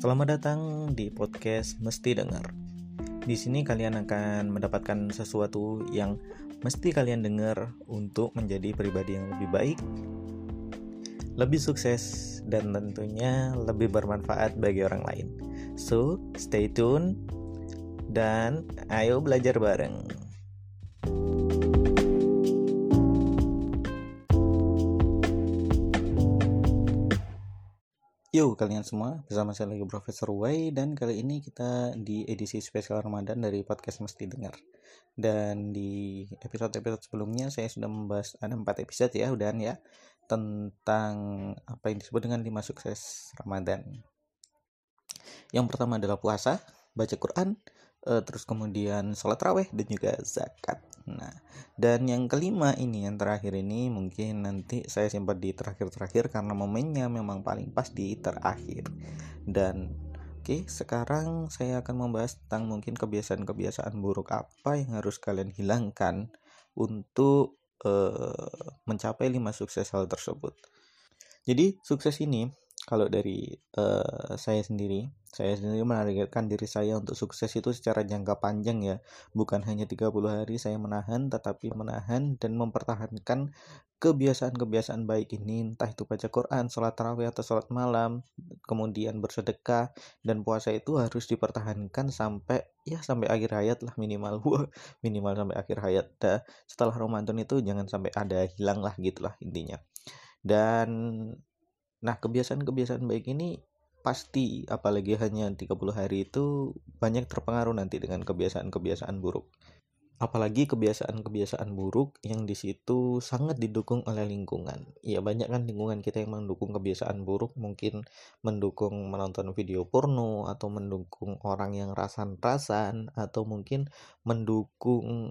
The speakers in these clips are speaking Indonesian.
Selamat datang di podcast Mesti Dengar. Di sini kalian akan mendapatkan sesuatu yang mesti kalian dengar untuk menjadi pribadi yang lebih baik, lebih sukses, dan tentunya lebih bermanfaat bagi orang lain. So, stay tune dan ayo belajar bareng. Yo kalian semua, bersama saya lagi Profesor Wai, dan kali ini kita di edisi spesial Ramadan dari podcast Mesti Dengar. Dan di episode-episode sebelumnya saya sudah membahas, ada 4 episode ya udahan ya, tentang apa yang disebut dengan 5 sukses Ramadan. Yang pertama adalah puasa, baca Quran, terus kemudian sholat raweh dan juga zakat. Nah, dan yang kelima ini, yang terakhir ini mungkin nanti saya simpan di terakhir-terakhir karena momennya memang paling pas di terakhir. Dan oke, sekarang saya akan membahas tentang mungkin kebiasaan-kebiasaan buruk apa yang harus kalian hilangkan untuk mencapai 5 sukses hal tersebut. Jadi sukses ini kalau dari saya sendiri menargetkan diri saya untuk sukses itu secara jangka panjang ya. Bukan hanya 30 hari saya menahan, tetapi menahan dan mempertahankan kebiasaan-kebiasaan baik ini, entah itu baca Quran, sholat tarawih atau sholat malam, kemudian bersedekah dan puasa, itu harus dipertahankan sampai akhir hayat lah minimal. Minimal sampai akhir hayat. Setelah Ramadan itu jangan sampai ada hilang lah, gitulah intinya. Dan nah, kebiasaan-kebiasaan baik ini pasti, apalagi hanya 30 hari itu, banyak terpengaruh nanti dengan kebiasaan-kebiasaan buruk. Apalagi kebiasaan-kebiasaan buruk yang di situ sangat didukung oleh lingkungan. Ya, banyak kan lingkungan kita yang mendukung kebiasaan buruk, mungkin mendukung menonton video porno, atau mendukung orang yang rasan-rasan, atau mungkin mendukung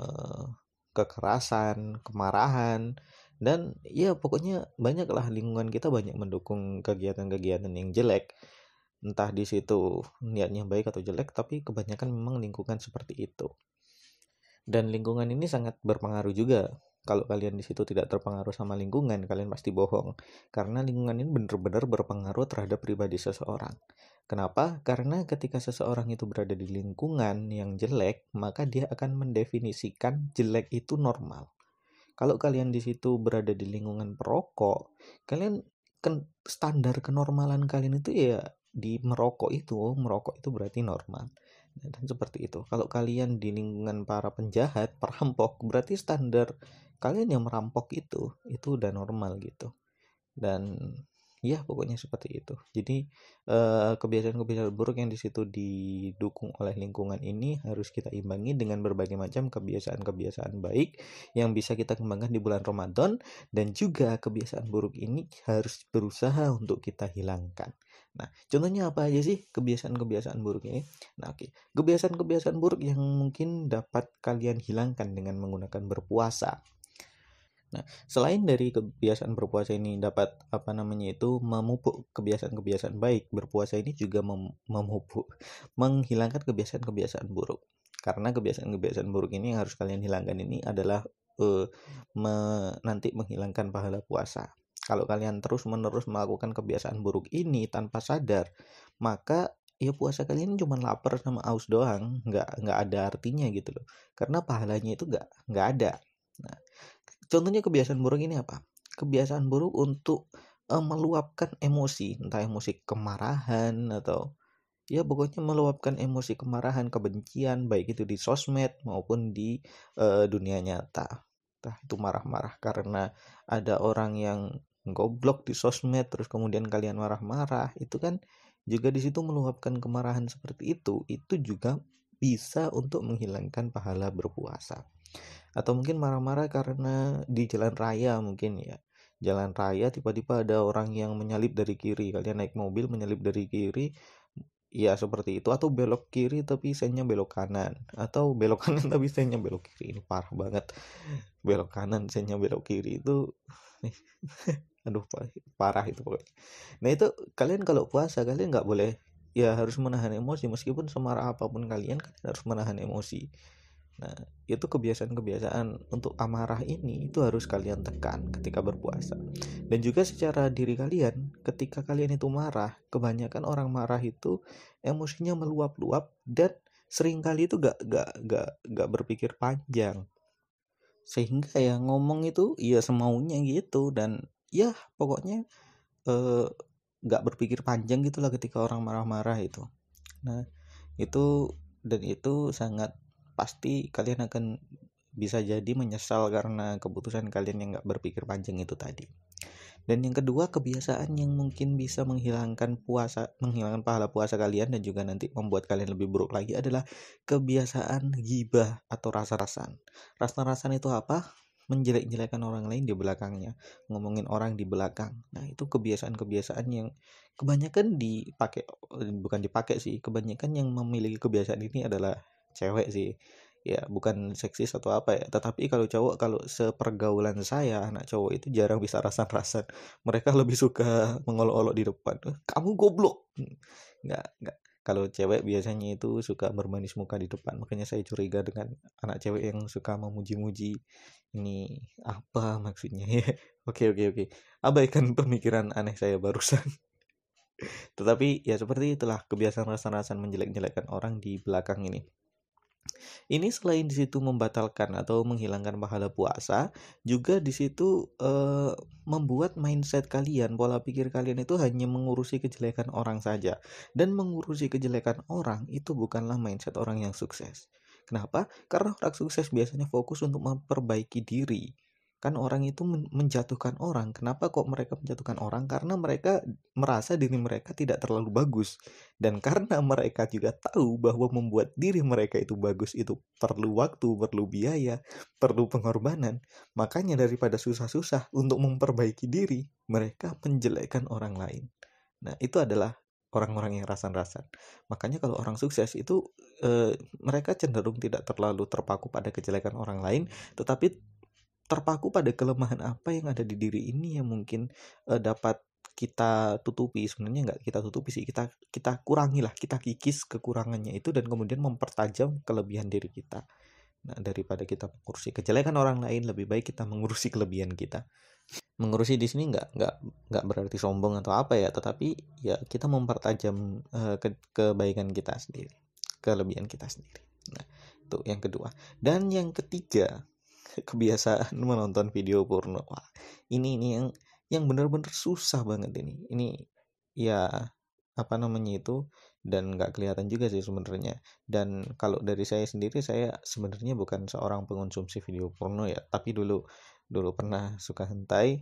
kekerasan, kemarahan, dan ya pokoknya banyaklah, lingkungan kita banyak mendukung kegiatan-kegiatan yang jelek. Entah di situ niatnya baik atau jelek, tapi kebanyakan memang lingkungan seperti itu. Dan lingkungan ini sangat berpengaruh juga. Kalau kalian di situ tidak terpengaruh sama lingkungan, kalian pasti bohong. Karena lingkungan ini benar-benar berpengaruh terhadap pribadi seseorang. Kenapa? Karena ketika seseorang itu berada di lingkungan yang jelek, maka dia akan mendefinisikan jelek itu normal. Kalau kalian di situ berada di lingkungan perokok, kalian standar kenormalan kalian itu ya di merokok itu berarti normal. Dan seperti itu. Kalau kalian di lingkungan para penjahat, perampok, berarti standar kalian yang merampok itu udah normal gitu. Dan ya pokoknya seperti itu. Jadi kebiasaan-kebiasaan buruk yang di situ didukung oleh lingkungan ini harus kita imbangi dengan berbagai macam kebiasaan-kebiasaan baik yang bisa kita kembangkan di bulan Ramadan, dan juga kebiasaan buruk ini harus berusaha untuk kita hilangkan. Nah, contohnya apa aja sih kebiasaan-kebiasaan buruk ini? Nah, oke. Kebiasaan-kebiasaan buruk yang mungkin dapat kalian hilangkan dengan menggunakan berpuasa. Nah, selain dari kebiasaan berpuasa ini dapat memupuk kebiasaan-kebiasaan baik, berpuasa ini juga menghilangkan kebiasaan-kebiasaan buruk. Karena kebiasaan-kebiasaan buruk ini yang harus kalian hilangkan ini adalah nanti menghilangkan pahala puasa. Kalau kalian terus-menerus melakukan kebiasaan buruk ini tanpa sadar, maka ya puasa kalian cuma lapar sama aus doang, nggak ada artinya gitu loh. Karena pahalanya itu nggak ada. Nah, contohnya kebiasaan buruk ini apa? Kebiasaan buruk untuk meluapkan emosi, entah emosi kemarahan atau ya pokoknya meluapkan emosi kemarahan, kebencian, baik itu di sosmed maupun di dunia nyata. Entah itu marah-marah karena ada orang yang goblok di sosmed, terus kemudian kalian marah-marah, itu kan juga di situ meluapkan kemarahan seperti itu juga bisa untuk menghilangkan pahala berpuasa. Atau mungkin marah-marah karena di jalan raya, mungkin ya jalan raya tiba-tiba ada orang yang menyalip dari kiri, kalian naik mobil menyalip dari kiri, ya seperti itu. Atau belok kiri tapi sennya belok kanan, atau belok kanan tapi sennya belok kiri. Ini parah banget, belok kanan sennya belok kiri itu aduh parah itu pokoknya. Nah, itu kalian kalau puasa kalian nggak boleh, ya harus menahan emosi. Meskipun semarah apapun kalian harus menahan emosi. Nah, itu kebiasaan-kebiasaan untuk amarah ini itu harus kalian tekan ketika berpuasa. Dan juga secara diri kalian, ketika kalian itu marah, kebanyakan orang marah itu emosinya meluap-luap dan seringkali itu gak berpikir panjang. Sehingga ya ngomong itu ya semaunya gitu, dan ya pokoknya eh, gak berpikir panjang gitulah ketika orang marah-marah itu. Nah, itu sangat pasti kalian akan bisa jadi menyesal karena keputusan kalian yang gak berpikir panjang itu tadi. Dan yang kedua, kebiasaan yang mungkin bisa menghilangkan pahala puasa kalian dan juga nanti membuat kalian lebih buruk lagi adalah kebiasaan ghibah atau rasa-rasan. Rasa-rasan itu apa? Menjelek-jelekan orang lain di belakangnya, ngomongin orang di belakang. Nah, itu kebiasaan-kebiasaan yang kebanyakan bukan dipakai sih, kebanyakan yang memiliki kebiasaan ini adalah cewek sih. Ya, bukan seksis atau apa ya, tetapi kalau cowok, kalau sepergaulan saya, anak cowok itu jarang bisa rasan-rasan. Mereka lebih suka mengolok-olok di depan, kamu goblok. Nggak. Kalau cewek biasanya itu suka bermanis muka di depan, makanya saya curiga dengan anak cewek yang suka memuji-muji. Ini apa maksudnya ya? Oke, abaikan pemikiran aneh saya barusan. Tetapi ya seperti itulah kebiasaan rasan-rasan menjelek-jelekkan orang di belakang ini. Ini selain di situ membatalkan atau menghilangkan pahala puasa, juga di situ membuat mindset kalian, pola pikir kalian itu hanya mengurusi kejelekan orang saja. Dan mengurusi kejelekan orang itu bukanlah mindset orang yang sukses. Kenapa? Karena orang sukses biasanya fokus untuk memperbaiki diri. Kan orang itu menjatuhkan orang. Kenapa kok mereka menjatuhkan orang? Karena mereka merasa diri mereka tidak terlalu bagus. Dan karena mereka juga tahu bahwa membuat diri mereka itu bagus itu perlu waktu, perlu biaya, perlu pengorbanan. Makanya daripada susah-susah untuk memperbaiki diri, mereka menjelekkan orang lain. Nah, itu adalah orang-orang yang rasan-rasan. Makanya kalau orang sukses itu mereka cenderung tidak terlalu terpaku pada kejelekan orang lain, tetapi terpaku pada kelemahan apa yang ada di diri ini yang mungkin dapat kita tutupi. Sebenarnya nggak kita tutupi sih, kita kurangi lah, kita kikis kekurangannya itu dan kemudian mempertajam kelebihan diri kita. Nah, daripada kita mengurusi kejelekan orang lain, lebih baik kita mengurusi kelebihan kita. Mengurusi di sini nggak berarti sombong atau apa ya, tetapi ya kita mempertajam kebaikan kita sendiri, kelebihan kita sendiri. Nah, itu yang kedua. Dan yang ketiga, kebiasaan menonton video porno. Wah, ini yang benar-benar susah banget ini ya apa namanya itu, dan nggak kelihatan juga sih sebenarnya. Dan kalau dari saya sendiri, saya sebenarnya bukan seorang pengonsumsi video porno ya, tapi dulu pernah suka hentai,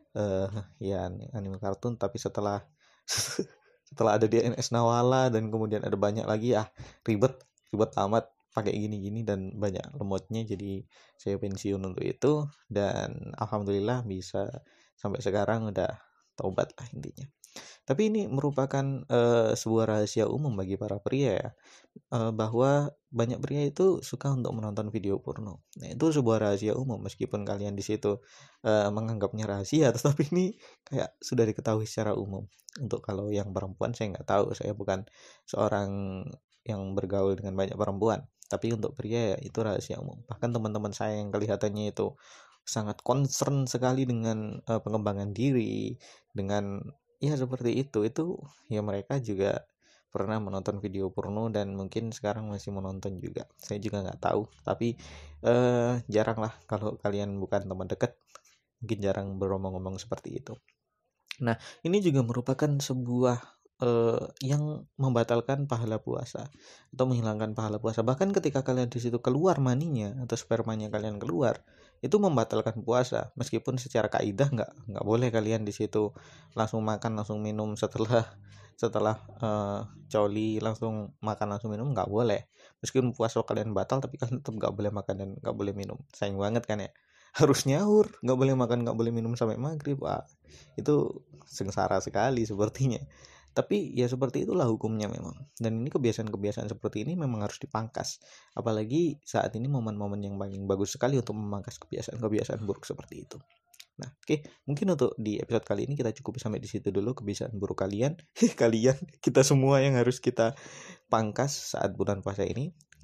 ya anime kartun, tapi setelah setelah ada di NS Nawala dan kemudian ada banyak lagi, ribet amat pakai gini-gini dan banyak lemotnya, jadi saya pensiun untuk itu. Dan alhamdulillah bisa sampai sekarang udah taubat lah intinya. Tapi ini merupakan sebuah rahasia umum bagi para pria ya, bahwa banyak pria itu suka untuk menonton video porno. Nah, itu sebuah rahasia umum meskipun kalian di situ menganggapnya rahasia, tetapi ini kayak sudah diketahui secara umum. Untuk kalau yang perempuan saya nggak tahu, saya bukan seorang yang bergaul dengan banyak perempuan. Tapi untuk pria ya itu rahasia umum. Bahkan teman-teman saya yang kelihatannya itu sangat concern sekali dengan pengembangan diri, dengan ya seperti itu ya mereka juga pernah menonton video porno dan mungkin sekarang masih menonton juga. Saya juga nggak tahu, tapi jarang lah kalau kalian bukan teman dekat, mungkin jarang beromong-omong seperti itu. Nah, ini juga merupakan sebuah yang membatalkan pahala puasa atau menghilangkan pahala puasa. Bahkan ketika kalian di situ keluar maninya atau spermanya kalian keluar, itu membatalkan puasa. Meskipun secara kaidah nggak boleh kalian di situ langsung makan langsung minum setelah coli, langsung makan langsung minum, nggak boleh. Meskipun puasa kalian batal, tapi kalian tetap nggak boleh makan dan nggak boleh minum. Sayang banget kan ya, harus nyahur, nggak boleh makan nggak boleh minum sampai maghrib. Itu sengsara sekali sepertinya. Tapi ya seperti itulah hukumnya memang. Dan ini kebiasaan-kebiasaan seperti ini memang harus dipangkas. Apalagi saat ini momen-momen yang paling bagus sekali untuk memangkas kebiasaan-kebiasaan buruk seperti itu. Nah, oke, mungkin untuk di episode kali ini kita cukup sampai di situ dulu, kebiasaan buruk kalian, kita semua yang harus kita pangkas saat bulan puasa ini.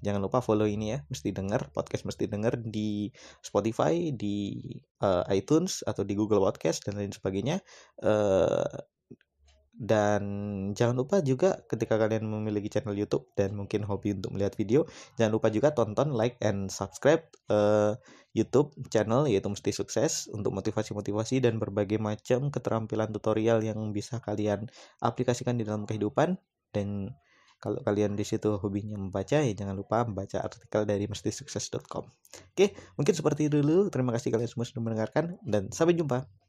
jangan lupa follow ini ya, Mesti Denger, podcast Mesti Denger di Spotify, di iTunes atau di Google Podcast dan lain sebagainya. Dan jangan lupa juga ketika kalian memiliki channel YouTube dan mungkin hobi untuk melihat video, jangan lupa juga tonton, like, and subscribe YouTube channel yaitu Mesti Sukses untuk motivasi-motivasi dan berbagai macam keterampilan tutorial yang bisa kalian aplikasikan di dalam kehidupan. Dan kalau kalian di situ hobinya membaca, ya jangan lupa membaca artikel dari mestisukses.com. Oke, mungkin seperti itu dulu. Terima kasih kalian semua sudah mendengarkan dan sampai jumpa.